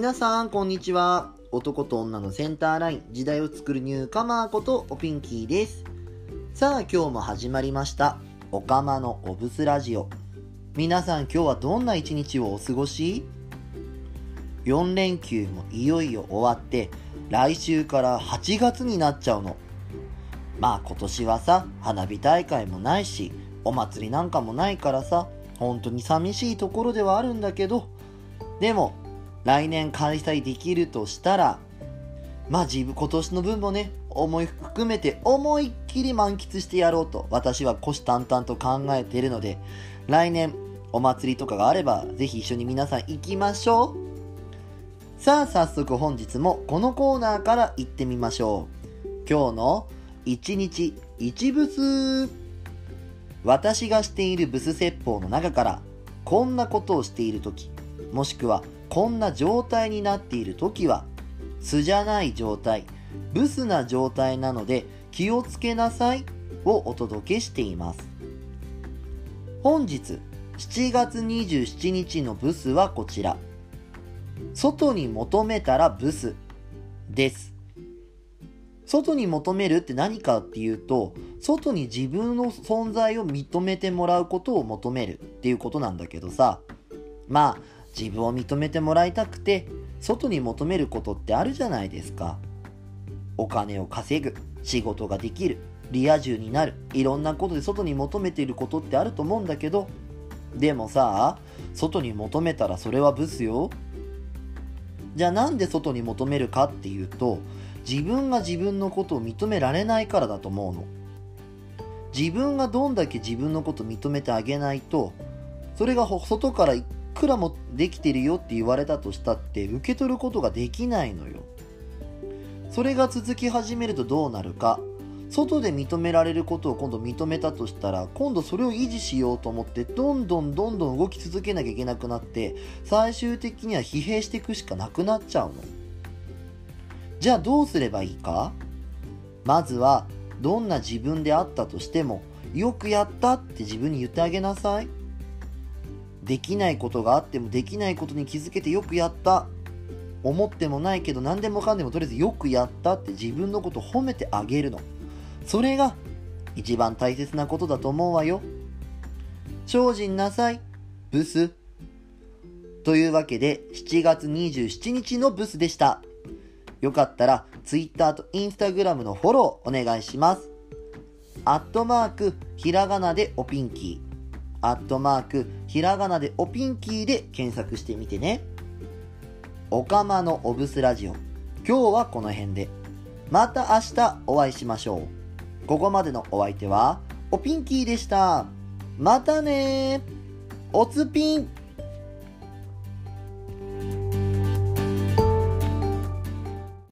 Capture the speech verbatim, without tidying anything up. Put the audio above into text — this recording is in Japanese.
皆さんこんにちは。男と女のセンターライン、時代を作るニューカマーことおピンキーです。さあ今日も始まりましたおかまのおブスラジオ。皆さん今日はどんな一日をお過ごし？よん連休もいよいよ終わって来週からはちがつになっちゃうの。まあ今年はさ、花火大会もないしお祭りなんかもないからさ、本当に寂しいところではあるんだけど、でも来年開催できるとしたら、まあ自分今年の分もね、思い含めて思いっきり満喫してやろうと私は虎視眈々と考えているので、来年お祭りとかがあればぜひ一緒に皆さん行きましょう。さあ早速本日もこのコーナーから行ってみましょう。今日の一日一ブス。私がしているブス説法の中から、こんなことをしているとき、もしくはこんな状態になっているときは素じゃない状態、ブスな状態なので気をつけなさいをお届けしています。本日しちがつにじゅうしちにちのブスはこちら。外に求めたらブスです。外に求めるって何かっていうと、外に自分の存在を認めてもらうことを求めるっていうことなんだけどさ、まあ自分を認めてもらいたくて外に求めることってあるじゃないですか。お金を稼ぐ、仕事ができる、リア充になる、いろんなことで外に求めていることってあると思うんだけど、でもさ、外に求めたらそれはブスよ。じゃあなんで外に求めるかっていうと、自分が自分のことを認められないからだと思うの。自分がどんだけ自分のことを認めてあげないと、それが外からいくらもできてるよって言われたとしたって受け取ることができないのよ。それが続き始めるとどうなるか。外で認められることを今度認めたとしたら、今度それを維持しようと思ってどんどんどんどん動き続けなきゃいけなくなって、最終的には疲弊していくしかなくなっちゃうの。じゃあどうすればいいか。まずはどんな自分であったとしても、よくやったって自分に言ってあげなさい。できないことがあってもできないことに気づけてよくやった、思ってもないけど何でもかんでもとりあえずよくやったって自分のことを褒めてあげるの。それが一番大切なことだと思うわよ。精進なさいブス。というわけでしちがつにじゅうしちにちのブスでした。よかったら Twitter と Instagram のフォローお願いします。アットマークひらがなでおピンキー、アットマークひらがなでおピンキーで検索してみてね。おかまのおブスラジオ、今日はこの辺で。また明日お会いしましょう。ここまでのお相手はおピンキーでした。またねー。おつピン。